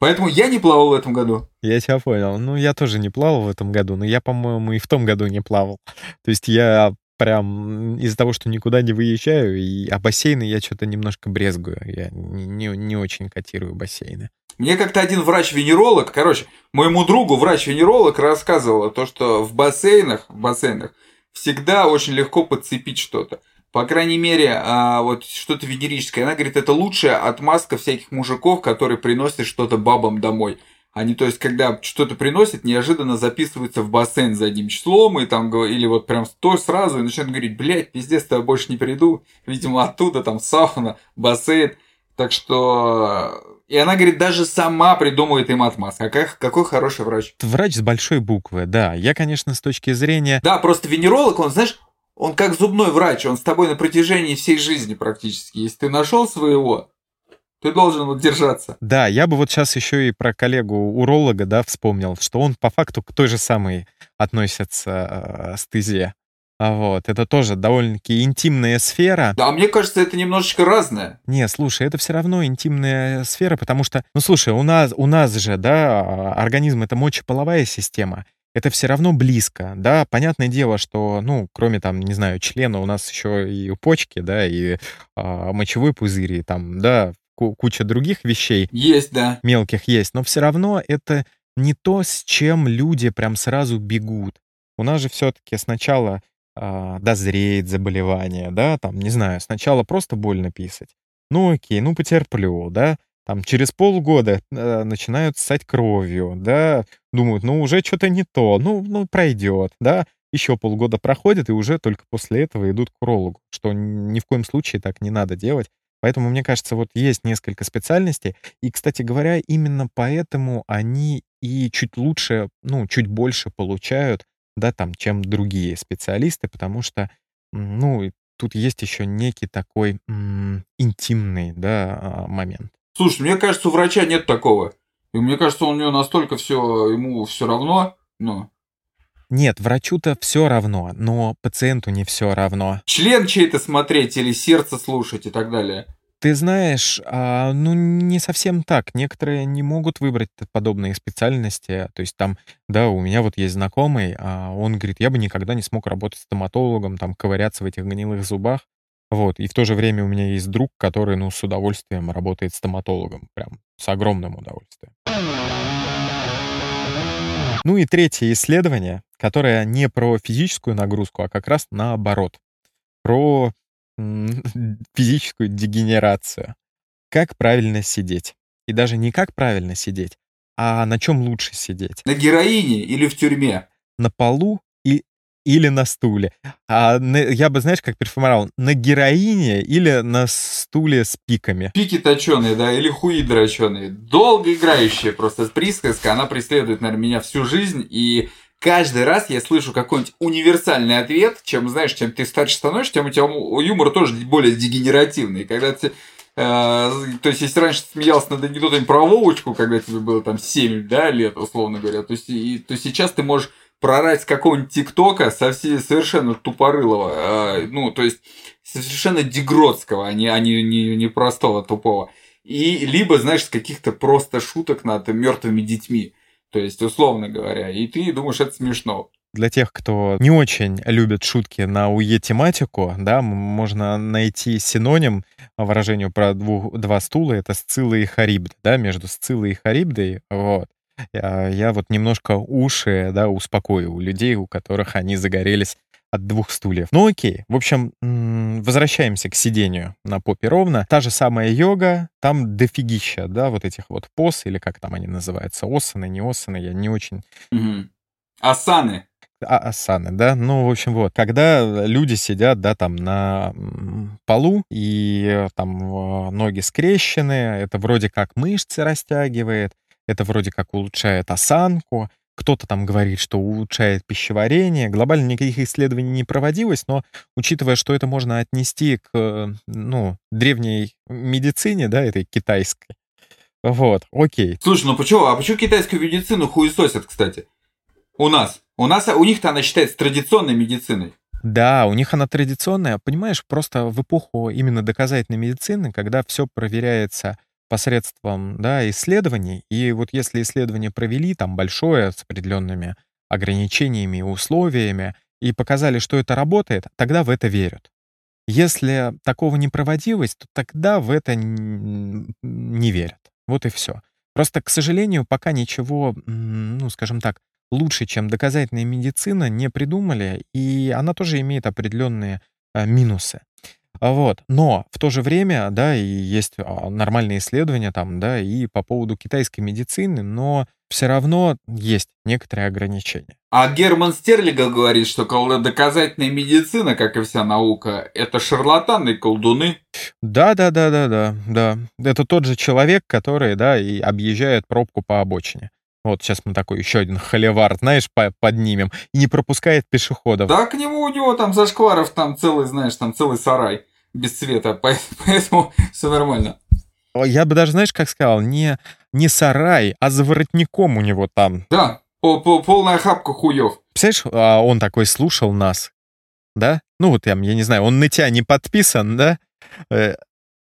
Поэтому я не плавал в этом году. Я тебя понял. Ну, я тоже не плавал в этом году, но я, по-моему, и в том году не плавал. То есть я прям из-за того, что никуда не выезжаю, и, а бассейны я что-то немножко брезгую. Я не, не, не очень котирую бассейны. Мне как-то один врач-венеролог, короче, моему другу врач-венеролог рассказывал то, что в бассейнах, в бассейнах всегда очень легко подцепить что-то. По крайней мере, а, вот что-то венерическое. Она говорит, это лучшая отмазка всяких мужиков, которые приносят что-то бабам домой. Они, то есть, когда что-то приносят, неожиданно записываются в бассейн за одним числом, и там, или вот прям то сразу, и начинают говорить, блядь, пиздец, я больше не приду. Видимо, оттуда там сауна, бассейн. Так что... И она, говорит, даже сама придумывает им отмазку. А как, какой хороший врач. Врач с большой буквы, да. Я, конечно, с точки зрения... Да, просто венеролог, он, знаешь, он как зубной врач, он с тобой на протяжении всей жизни практически. Если ты нашел своего, ты должен вот держаться. Да, я бы вот сейчас еще и про коллегу-уролога, да, вспомнил, что он по факту к той же самой относится э, стезе. А вот, это тоже довольно-таки интимная сфера. Да, мне кажется, это немножечко разное. Не, слушай, это все равно интимная сфера, потому что, ну, слушай, у нас, у нас же, да, организм — это мочеполовая система. Это все равно близко, да. Понятное дело, что, ну, кроме там, не знаю, члена, у нас еще и почки, да, и а, мочевой пузырь, и там, да, куча других вещей. Есть, да. Мелких есть, но все равно это не то, с чем люди прям сразу бегут. У нас же все-таки сначала а, дозреет заболевание, да, там, не знаю, сначала просто больно писать. Ну окей, ну потерплю, да. Там через полгода э, начинают ссать кровью, да, думают, ну уже что-то не то, ну, ну пройдет, да. Еще полгода проходит, и уже только после этого идут к урологу, что ни в коем случае так не надо делать. Поэтому, мне кажется, вот есть несколько специальностей. И, кстати говоря, именно поэтому они и чуть лучше, ну, чуть больше получают, да, там, чем другие специалисты, потому что, ну, тут есть еще некий такой м, интимный, да, момент. Слушай, мне кажется, у врача нет такого. И мне кажется, у него настолько все, ему все равно, ну... Нет, врачу-то все равно, но пациенту не все равно. Член чей-то смотреть или сердце слушать и так далее. Ты знаешь, а, ну не совсем так. Некоторые не могут выбрать подобные специальности. То есть там, да, у меня вот есть знакомый, а он говорит, я бы никогда не смог работать стоматологом, там ковыряться в этих гнилых зубах. Вот. И в то же время у меня есть друг, который, ну, с удовольствием работает стоматологом. Прям с огромным удовольствием. Ну и третье исследование, которое не про физическую нагрузку, а как раз наоборот. Про м, физическую дегенерацию. Как правильно сидеть. И даже не как правильно сидеть, а на чем лучше сидеть. На героине или в тюрьме? На полу и, или на стуле. А на, я бы, знаешь, как переформировал, на героине или на стуле с пиками. Пики точеные, да, или хуи дроченые. Долго играющая просто присказка, она преследует, наверное, меня всю жизнь, и каждый раз я слышу какой-нибудь универсальный ответ, чем, знаешь, чем ты старше становишься, тем у тебя юмор тоже более дегенеративный. Когда ты, э, то есть, если раньше ты смеялся над анекдотами про Вовочку, когда тебе было там семь, да, лет, условно говоря, то, есть, и, то сейчас ты можешь прорать с какого-нибудь ТикТока совсем совершенно тупорылого, э, ну, то есть, совершенно дегродского, а не, а не, не, не простого, тупого. И либо, знаешь, с каких-то просто шуток над мертвыми детьми. То есть, условно говоря, и ты думаешь, это смешно. Для тех, кто не очень любит шутки на УЕ-тематику, да, можно найти синоним выражению про двух, два стула, это Сцилла и Харибда, да, между Сциллой и Харибдой, вот. Я, я вот немножко уши, да, успокою у людей, у которых они загорелись от двух стульев. Ну окей, в общем, возвращаемся к сидению на попе ровно. Та же самая йога, там дофигища, да, вот этих вот поз, или как там они называются, осаны, не осаны, я не очень... Угу. Асаны. А, асаны, да, ну, в общем, вот, когда люди сидят, да, там на полу, и там ноги скрещены, это вроде как мышцы растягивает, это вроде как улучшает осанку, кто-то там говорит, что улучшает пищеварение. Глобально никаких исследований не проводилось, но учитывая, что это можно отнести к, ну, древней медицине, да, этой китайской, вот, окей. Слушай, ну почему, а почему китайскую медицину хуесосят, кстати? У нас. У нас, у них-то она считается традиционной медициной. Да, у них она традиционная. Понимаешь, просто в эпоху именно доказательной медицины, когда все проверяется посредством, да, исследований. И вот если исследование провели, там, большое, с определенными ограничениями и условиями, и показали, что это работает, тогда в это верят. Если такого не проводилось, то тогда в это н не верят. Вот и всё. Просто, к сожалению, пока ничего, м, ну, скажем так, лучше, чем доказательная медицина, не придумали, и она тоже имеет определенные, а, минусы. А, вот. Но в то же время, да, и есть, а, нормальные исследования там, да, и по поводу китайской медицины, но всё равно есть некоторые ограничения. А Герман Стерлигов говорит, что кол доказательная медицина, как и вся наука, это шарлатаны и колдуны. Да-да-да-да-да, да. Это тот же человек, который, да, и объезжает пробку по обочине. Вот щас мы такой еще один холивар, знаешь, по поднимем, и не пропускает пешеходов. Да к нему у него там зашкваров там целый, знаешь, там целый сарай без света, поэ поэтому всё нормально. Ой, я бы даже, знаешь, как сказал, не не сарай, а за воротником у него там. Да, по по полная охапка хуёв. Представляешь, а, он такой слушал нас, да? Ну, вот там, я не знаю, он на тя не подписан, да? Э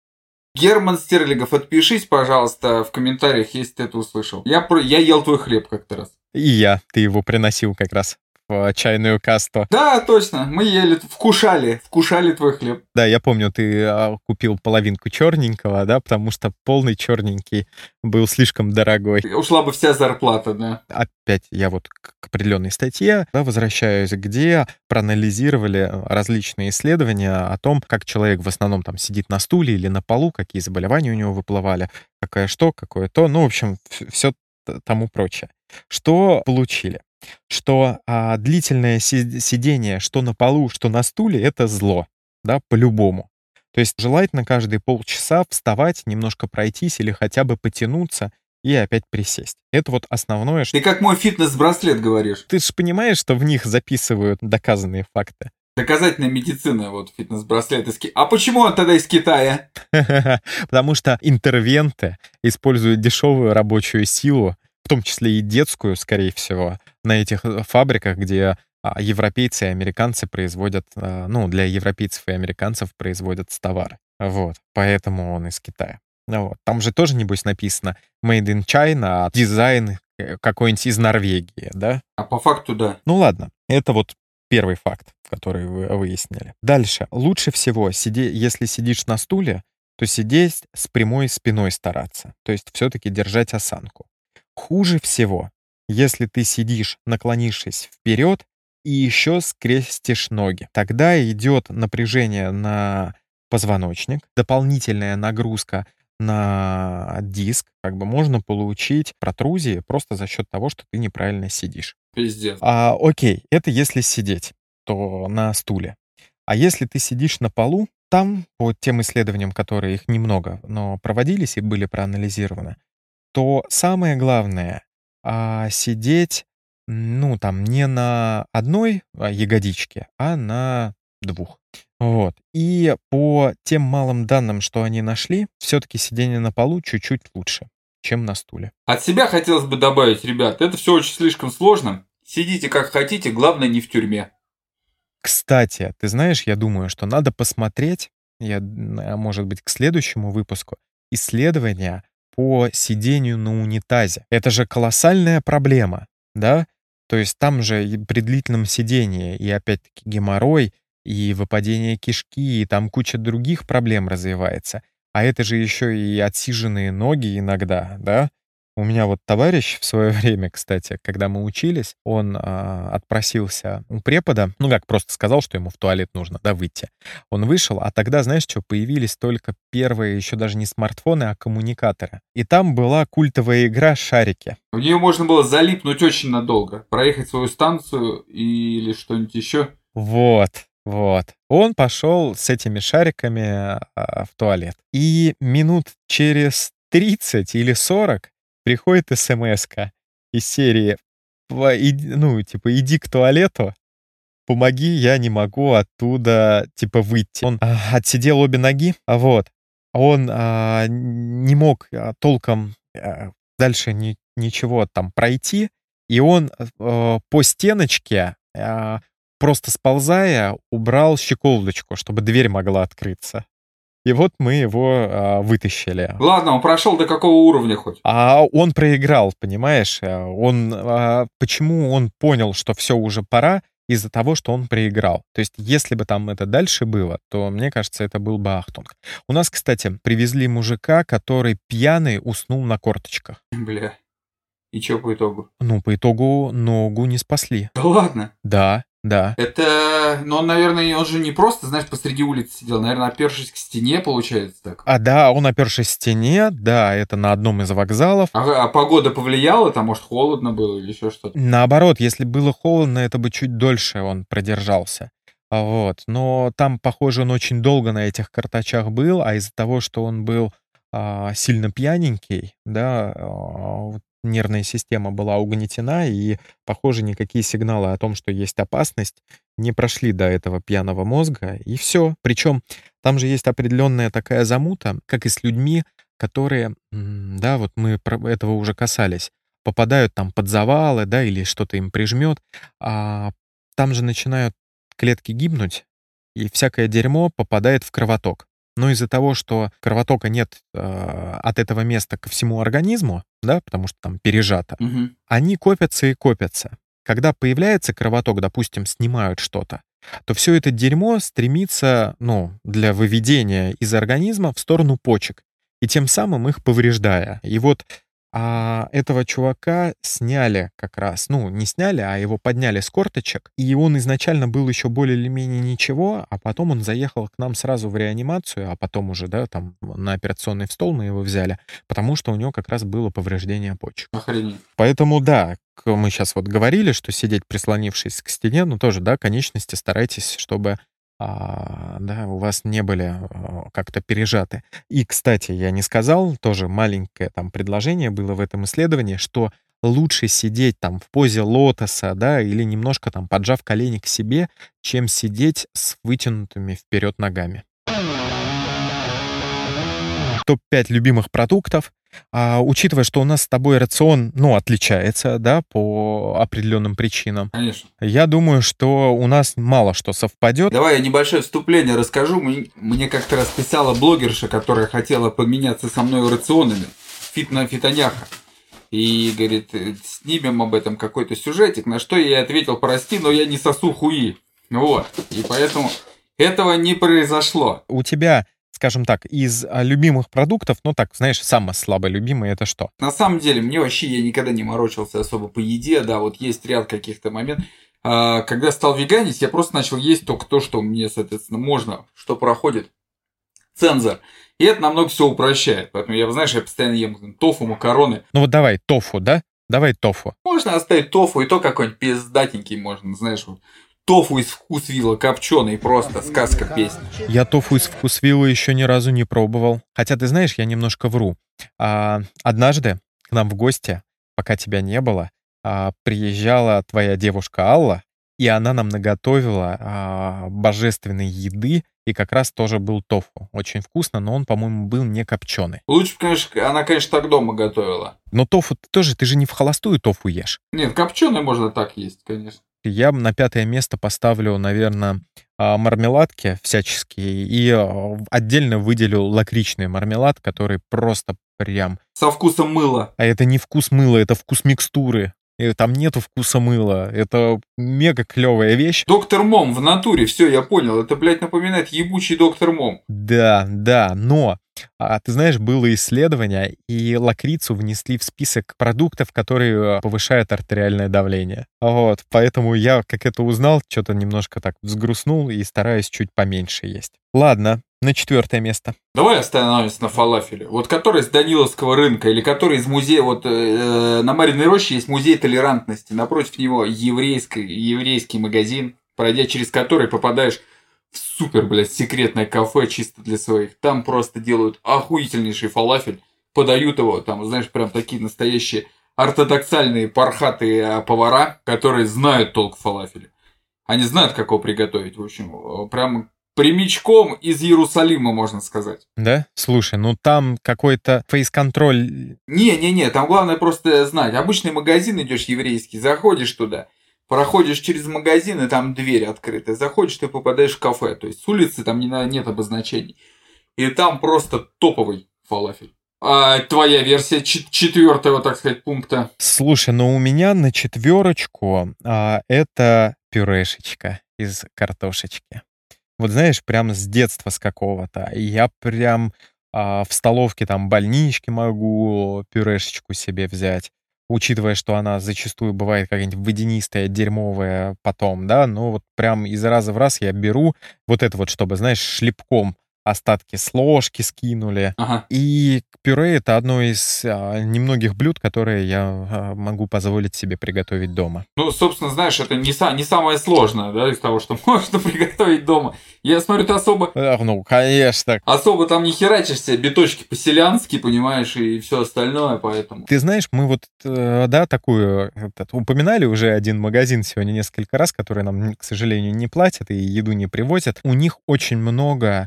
Герман Стерлигов, отпишись, пожалуйста, в комментариях, если ты это услышал. Я про я ел твой хлеб как-то раз. И я. Ты его приносил как раз в чайную касту. Да, точно, мы ели, вкушали, вкушали твой хлеб. Да, я помню, ты, а, купил половинку чёрненького, да, потому что полный чёрненький был слишком дорогой. Ушла бы вся зарплата, да. Опять я вот к к определенной статье, да, возвращаюсь, где проанализировали различные исследования о том, как человек в основном там сидит на стуле или на полу, какие заболевания у него выплывали, какая что, какое то, ну, в общем, в всё т тому прочее. Что получили? Что, а, длительное си сидение что на полу, что на стуле- это зло, да, по-любому. То есть желательно каждые полчаса вставать, немножко пройтись или хотя бы потянуться и опять присесть. Это вот основное, ш Ты как мой фитнес-браслет говоришь. Ты ж понимаешь, что в них записывают доказанные факты? Доказательная медицина, вот фитнес-браслет из Ки А почему он тогда из Китая? Потому что интервенты используют дешевую рабочую силу, в том числе и детскую, скорее всего, на этих, э, фабриках, где, а, европейцы и американцы производят, а, ну, для европейцев и американцев производятся товары. Вот. Поэтому он из Китая. Ну вот. Там же тоже, небось, написано made in China, а дизайн, э, какой-нибудь из Норвегии, да? А по факту да. Ну ладно, это вот первый факт, который вы выяснили. Дальше. Лучше всего сиде если сидишь на стуле, то сидеть с прямой спиной стараться, то есть всё-таки держать осанку. Хуже всего, если ты сидишь, наклонившись вперед, и еще скрестишь ноги. Тогда идет напряжение на позвоночник, дополнительная нагрузка на диск. Как бы можно получить протрузии просто за счет того, что ты неправильно сидишь. Пиздец. А, окей, это если сидеть, то на стуле. А если ты сидишь на полу, там, по тем исследованиям, которые, их немного, но проводились и были проанализированы, то самое главное, а, сидеть, ну, там, не на одной, а, ягодичке, а на двух. Вот. И по тем малым данным, что они нашли, всё-таки сидение на полу чуть-чуть лучше, чем на стуле. От себя хотелось бы добавить, ребят, это всё очень слишком сложно. Сидите как хотите, главное не в тюрьме. Кстати, ты знаешь, я думаю, что надо посмотреть, я, н а, может быть, к следующему выпуску, исследования по сидению на унитазе. Это же колоссальная проблема, да? То есть там же и при длительном сидении и опять-таки геморрой, и выпадение кишки, и там куча других проблем развивается. А это же еще и отсиженные ноги иногда, да? У меня вот товарищ в свое время, кстати, когда мы учились, он, а, отпросился у препода, ну как, просто сказал, что ему в туалет нужно, да, выйти. Он вышел, а тогда, знаешь чё, появились только первые, еще даже не смартфоны, а коммуникаторы. И там была культовая игра "Шарики". В нее можно было залипнуть очень надолго, проехать свою станцию или что-нибудь еще. Вот, вот. Он пошел с этими шариками, а, в туалет. И минут через тридцать или сорок приходит эсэмэска из серии: "Ва иди ну, типа, иди к туалету, помоги, я не могу оттуда, типа, выйти". Он, а, отсидел обе ноги, вот. Он, а, н не мог, а, толком, а, дальше ни ничего там пройти, и он, э, по стеночке, а, просто сползая, убрал щеколдочку, чтобы дверь могла открыться. И вот мы его а, вытащили. Ладно, он прошел до какого уровня хоть? А он проиграл, понимаешь? Он, а, почему он понял, что все уже пора? Из-за того, что он проиграл. То есть, если бы там это дальше было, то, мне кажется, это был бы ахтунг. У нас, кстати, привезли мужика, который пьяный уснул на корточках. Бля. И что по итогу? Ну, по итогу ногу не спасли. Да ладно? Да, да. Это, ну, он, наверное, он же не просто, знаешь, посреди улицы сидел, наверное, опершись к стене, получается так. А да, он опершись к стене, да, это на одном из вокзалов. А, а погода повлияла, там, может, холодно было или еще что-то? Наоборот, если было холодно, это бы чуть дольше он продержался. Вот. Но там, похоже, он очень долго на этих картачах был, а из-за того, что он был а, сильно пьяненький, да, а, нервная система была угнетена, и, похоже, никакие сигналы о том, что есть опасность, не прошли до этого пьяного мозга, и все. Причем там же есть определенная такая замута, как и с людьми, которые, да, вот мы этого уже касались, попадают там под завалы, да, или что-то им прижмет, а там же начинают клетки гибнуть, и всякое дерьмо попадает в кровоток. Но из-за того, что кровотока нет э, от этого места ко всему организму, да, потому что там пережато, угу. Они копятся и копятся. Когда появляется кровоток, допустим, снимают что-то, то все это дерьмо стремится, ну, для выведения из организма в сторону почек, и тем самым их повреждая. И вот а этого чувака сняли как раз, ну, не сняли, а его подняли с корточек, и он изначально был еще более или менее ничего, а потом он заехал к нам сразу в реанимацию, а потом уже, да, там на операционный стол мы его взяли, потому что у него как раз было повреждение почек. Охренеть. Поэтому, да, мы сейчас вот говорили, что сидеть прислонившись к стене, ну, тоже, да, конечности старайтесь, чтобы а, да, у вас не были а, как-то пережаты. И, кстати, я не сказал, тоже маленькое там предложение было в этом исследовании, что лучше сидеть там в позе лотоса, да, или немножко там поджав колени к себе, чем сидеть с вытянутыми вперед ногами. топ пять любимых продуктов. А, учитывая, что у нас с тобой рацион, ну, отличается, да, по определенным причинам. Конечно. Я думаю, что у нас мало что совпадет. Давай я небольшое вступление расскажу. Мне как-то раз писала блогерша, которая хотела поменяться со мной рационами. Фитна фитоняха. И говорит, снимем об этом какой-то сюжетик. На что я ей ответил, прости, но я не сосу хуи. Вот. И поэтому этого не произошло. У тебя, скажем так, из любимых продуктов, ну так, знаешь, самое слабое любимое это что? На самом деле, мне вообще, я никогда не морочился особо по еде, да, вот есть ряд каких-то моментов. А, когда стал веганить, я просто начал есть только то, что мне, соответственно, можно, что проходит цензор. И это намного все упрощает. Поэтому я, знаешь, я постоянно ем тофу, макароны. Ну вот давай, тофу, да? Давай тофу. Можно оставить тофу, и то какой-нибудь пиздатенький можно, знаешь, вот. Тофу из вкусвилла копченый, просто сказка песня. Я тофу из вкусвилла еще ни разу не пробовал. Хотя, ты знаешь, я немножко вру. А, однажды к нам в гости, пока тебя не было, а, приезжала твоя девушка Алла, и она нам наготовила а, божественной еды, и как раз тоже был тофу. Очень вкусно, но он, по-моему, был не копченый. Лучше, конечно, она, конечно, так дома готовила. Но тофу ты тоже, ты же не в холостую тофу ешь. Нет, копченый можно так есть, конечно. Я на пятое место поставлю, наверное, мармеладки всяческие и отдельно выделю лакричный мармелад, который просто прям... Со вкусом мыла. А это не вкус мыла, это вкус микстуры. И там нету вкуса мыла. Это мега клевая вещь. Доктор Мом в натуре, все, я понял. Это, блядь, напоминает ебучий Доктор Мом. Да, да, но... А, ты знаешь, было исследование, и лакрицу внесли в список продуктов, которые повышают артериальное давление. Вот, поэтому я, как это узнал, что-то немножко так взгрустнул и стараюсь чуть поменьше есть. Ладно, на четвертое место. Давай остановимся на фалафеле. Вот который с Даниловского рынка, или который из музея, вот э, на Марьиной роще есть музей толерантности, напротив него еврейский, еврейский магазин, пройдя через который попадаешь супер, блядь, секретное кафе чисто для своих. Там просто делают охуительнейший фалафель. Подают его, там, знаешь, прям такие настоящие ортодоксальные пархатые повара, которые знают толк в фалафеле. Они знают, как его приготовить, в общем. Прям прямичком из Иерусалима, можно сказать. Да? Слушай, ну там какой-то фейс-контроль... Не-не-не, там главное просто знать. Обычный магазин идешь еврейский, заходишь туда, проходишь через магазин, и там дверь открыта. Заходишь, ты попадаешь в кафе. То есть с улицы там не, нет обозначений. и там просто топовый фалафель. А твоя версия чет- четвертого, так сказать, пункта? Слушай, ну у меня на четверочку а, это пюрешечка из картошечки. Вот знаешь, прям с детства с какого-то. И я прям а, в столовке там больнички могу пюрешечку себе взять. Учитывая, что она зачастую бывает какая-нибудь водянистая, дерьмовая потом, да, но вот прям из раза в раз я беру вот это вот, чтобы, знаешь, шлепком остатки с ложки скинули. Ага. И пюре — это одно из а, немногих блюд, которые я а, могу позволить себе приготовить дома. Ну, собственно, знаешь, это не, са- не самое сложное, да, из того, что можно приготовить дома. Я смотрю, ты особо, Эх, ну, конечно. особо там не херачишься, биточки по-селянски, понимаешь, и все остальное, поэтому... Ты знаешь, мы вот, э, да, такую, этот, упоминали уже один магазин сегодня несколько раз, который нам, к сожалению, не платят и еду не привозят. У них очень много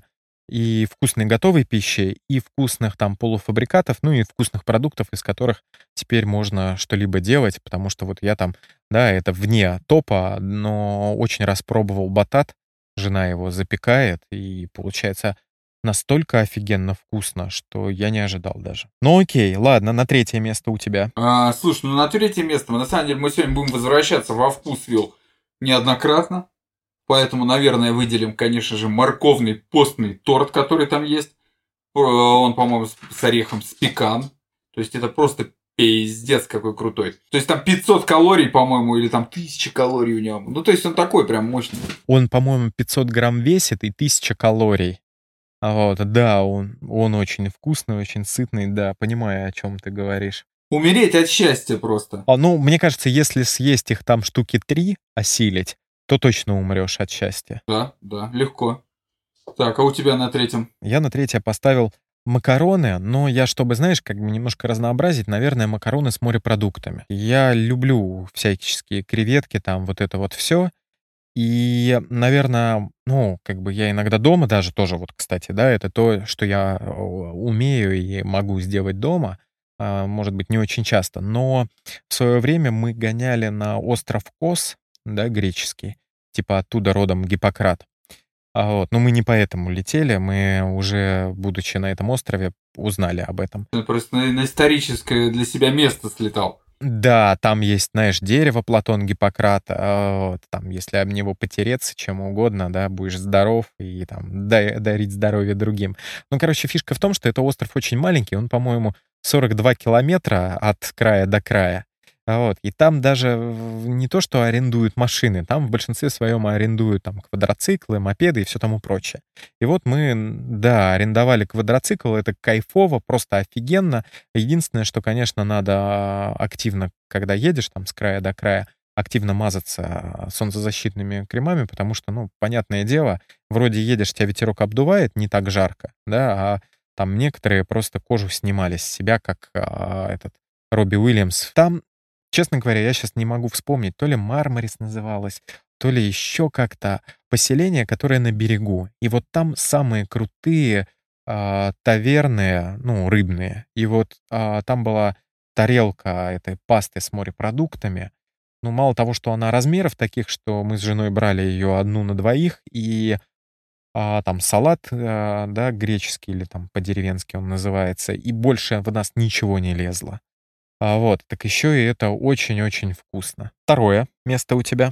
и вкусной готовой пищи, и вкусных там полуфабрикатов, ну и вкусных продуктов, из которых теперь можно что-либо делать, потому что вот я там, да, это вне топа, но очень раз пробовал батат, жена его запекает, и получается настолько офигенно вкусно, что я не ожидал даже. Ну окей, ладно, на третье место у тебя. А, слушай, ну на третье место, мы, на самом деле, мы сегодня будем возвращаться во Вкусвилл неоднократно, поэтому, наверное, выделим, конечно же, морковный постный торт, который там есть. Э, Он, по-моему, с с орехом с пекан. То есть это просто пиздец какой крутой. То есть там пятьсот калорий, по-моему, или там тысяча калорий у него. Ну, то есть он такой прям мощный. Он, по-моему, пятьсот грамм весит и тысяча калорий. А Вот, да, он, он очень вкусный, очень сытный, да, понимаю, о чем ты говоришь. Умереть от счастья просто. А, ну, мне кажется, если съесть их там штуки три, осилить, то точно умрешь от счастья. Да, да, легко. Так, а у тебя на третьем? Я на третье поставил макароны, но я, чтобы, знаешь, как бы немножко разнообразить, наверное, макароны с морепродуктами. Я люблю всяческие креветки, там вот это вот все. И, наверное, ну, как бы я иногда дома даже тоже, вот, кстати, да, это то, что я э, умею и могу сделать дома, а, может быть, не очень часто, но в свое время мы гоняли на остров Кос, да, греческий, типа оттуда родом Гиппократ. А вот, но мы не поэтому летели, мы уже, будучи на этом острове, узнали об этом. Ты просто на, на историческое для себя место слетал. Да, там есть, знаешь, дерево Платон Гиппократа, а, вот, там, если об него потереться чем угодно, да, будешь здоров и там да- дарить здоровье другим. Ну, короче, фишка в том, что это остров очень маленький, он, по-моему, сорок два километра от края до края. А Вот, и там даже в- не то, что арендуют машины, там в большинстве своем арендуют там квадроциклы, мопеды и все тому прочее. И вот мы, н- да, арендовали квадроцикл, это кайфово, просто офигенно. Единственное, что, конечно, надо а, активно, когда едешь там с края до края, активно мазаться а, солнцезащитными кремами, потому что, ну, понятное дело, вроде едешь, тебя ветерок обдувает, не так жарко, да, а там некоторые просто кожу снимали с себя, как а, этот Робби Уильямс. Там, честно говоря, я сейчас не могу вспомнить, то ли Мармарис называлось, то ли еще как-то поселение, которое на берегу. И вот там самые крутые а, таверны, ну, рыбные. И вот а, там была тарелка этой пасты с морепродуктами. Ну, мало того, что она размеров таких, что мы с женой брали ее одну на двоих, и а, там салат, а, да, греческий или там по-деревенски он называется, и больше в нас ничего не лезло. А вот, так еще и это очень-очень вкусно. Второе место у тебя.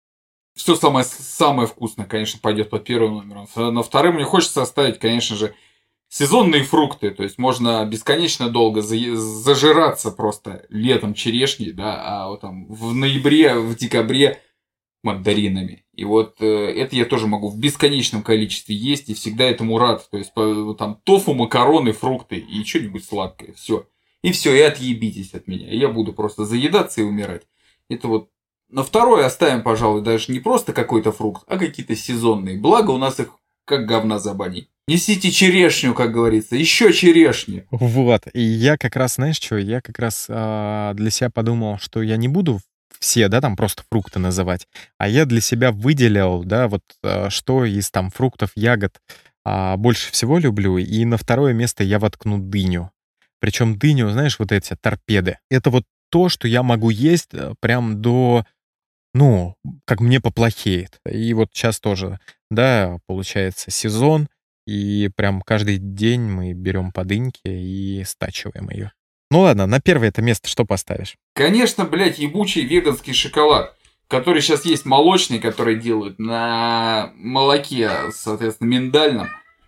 Все самое, самое вкусное, конечно, пойдет под первым номером. Ф- На вторым мне хочется оставить, конечно же, сезонные фрукты. То есть можно бесконечно долго за- зажираться просто летом черешней, да, а вот там в ноябре, в декабре мандаринами. И вот э, это я тоже могу в бесконечном количестве есть и всегда этому рад. То есть по- вот там тофу, макароны, фрукты и что-нибудь сладкое. Все. И все, и отъебитесь от меня. И я буду просто заедаться и умирать. Это вот на второе оставим, пожалуй, даже не просто какой-то фрукт, а какие-то сезонные. Благо у нас их как говна за баней. Несите черешню, как говорится, еще черешни. Вот, и я как раз, знаешь что, я как раз а, для себя подумал, что я не буду все, да, там просто фрукты называть, а я для себя выделил, да, вот а, что из там фруктов, ягод а, больше всего люблю, и на второе место я воткну дыню. Причем дыню, знаешь, вот эти торпеды. Это вот то, что я могу есть э, прям до, ну, как мне поплохеет. И вот сейчас тоже, да, получается сезон, И прям каждый день мы берем по дыньке и стачиваем ее. Ну ладно, на первое это место что поставишь? Конечно, блядь, ебучий веганский шоколад, который сейчас есть молочный, который делают на молоке, соответственно, миндальном.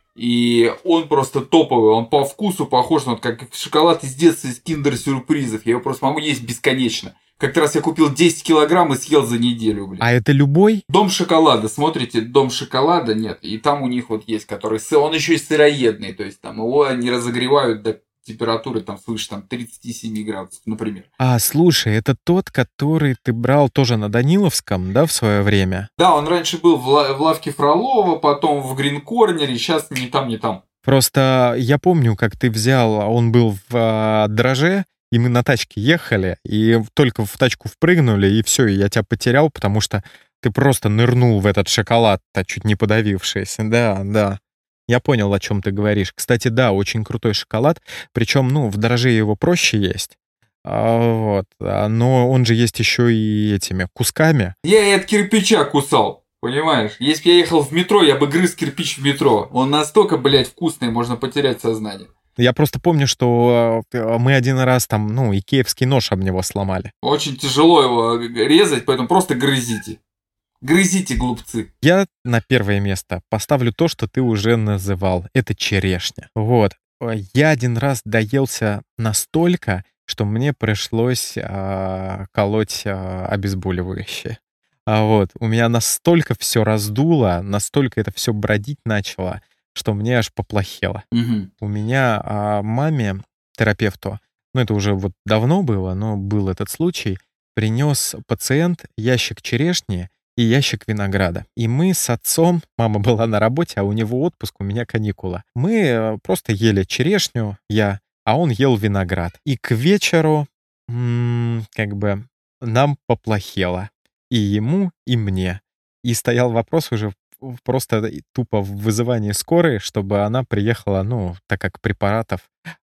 И он просто топовый, он по вкусу похож на вот как шоколад из детства, из киндер-сюрпризов. Я его просто могу есть бесконечно. Как-то раз я купил десять килограмм и съел за неделю, блядь. А это любой? Дом шоколада, смотрите, Дом шоколада, нет. И там у них вот есть, который, он еще и сыроедный, то есть там его они разогревают до температуры там свыше там тридцать семь градусов, например. А, слушай, это тот, который ты брал тоже на Даниловском, да, в свое время? Да, он раньше был в, ла- в лавке Фролова, потом в Гринкорнере, сейчас ни там, ни там. Просто я помню, как ты взял, а он был в а, Драже, и мы на тачке ехали, и только в тачку впрыгнули, и все, и я тебя потерял, потому что ты просто нырнул в этот шоколад-то, чуть не подавившись. Да, да. Я понял, о чем ты говоришь. Кстати, да, очень крутой шоколад. Причем, ну, в Драже его проще есть. А, вот. А, но он же есть еще и этими кусками. Я и от кирпича кусал, понимаешь? Если бы я ехал в метро, я бы грыз кирпич в метро. Он настолько, блядь, вкусный, можно потерять сознание. Я просто помню, что э, мы один раз там, ну, икеевский нож об него сломали. Очень тяжело его резать, поэтому просто грызите. Грызите, глупцы. Я на первое место поставлю то, что ты уже называл. Это черешня. Вот. Я один раз доелся настолько, что мне пришлось а, колоть а, обезболивающее. А вот. У меня настолько все раздуло, настолько это все бродить начало, что мне аж поплохело. Угу. У меня а, маме, терапевту, ну это уже вот давно было, но был этот случай, принес пациент ящик черешни и ящик винограда. И мы с отцом, мама была на работе, а у него отпуск, у меня каникула. Мы э, просто ели черешню, я, а он ел виноград. И к вечеру, м, как бы, нам поплохело. И ему, и мне. И стоял вопрос уже в- просто тупо в вызывании скорой, чтобы она приехала, ну, так как препаратов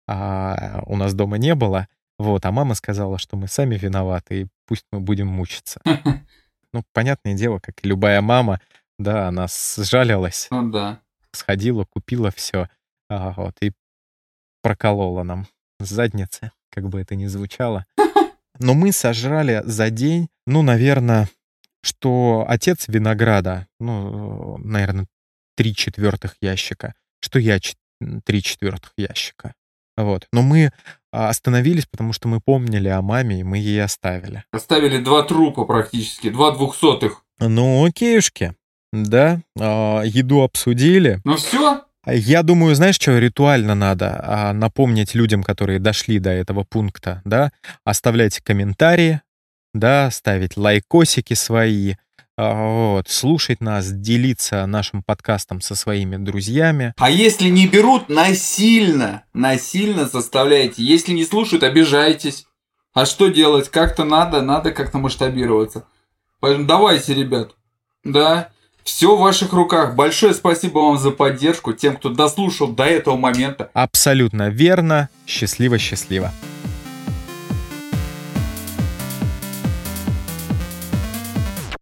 а, у нас дома не было. Вот, а мама сказала, что мы сами виноваты, и пусть мы будем мучиться. Ну, понятное дело, как и любая мама, да, она сжалилась, Ну да. сходила, купила все, вот, и проколола нам задницы, как бы это ни звучало. Но мы сожрали за день, ну, наверное, что отец винограда, ну, наверное, три четвертых ящика, что я ч- три четвертых ящика. Вот. Но мы а, остановились, потому что мы помнили о маме, и мы ей оставили. Оставили два трупа практически, два двухсотых. Ну, окейушки. Да, а, еду обсудили. Ну все? Я думаю, знаешь, что ритуально надо а, напомнить людям, которые дошли до этого пункта, да, оставлять комментарии, да, ставить лайкосики свои, а, вот, слушать нас, делиться нашим подкастом со своими друзьями. А если не берут, насильно, насильно заставляете. Если не слушают, обижайтесь. А что делать? Как-то надо, надо как-то масштабироваться. Поэтому давайте, ребят. Да, все в ваших руках. Большое спасибо вам за поддержку, тем, кто дослушал до этого момента. Абсолютно верно. Счастливо-счастливо.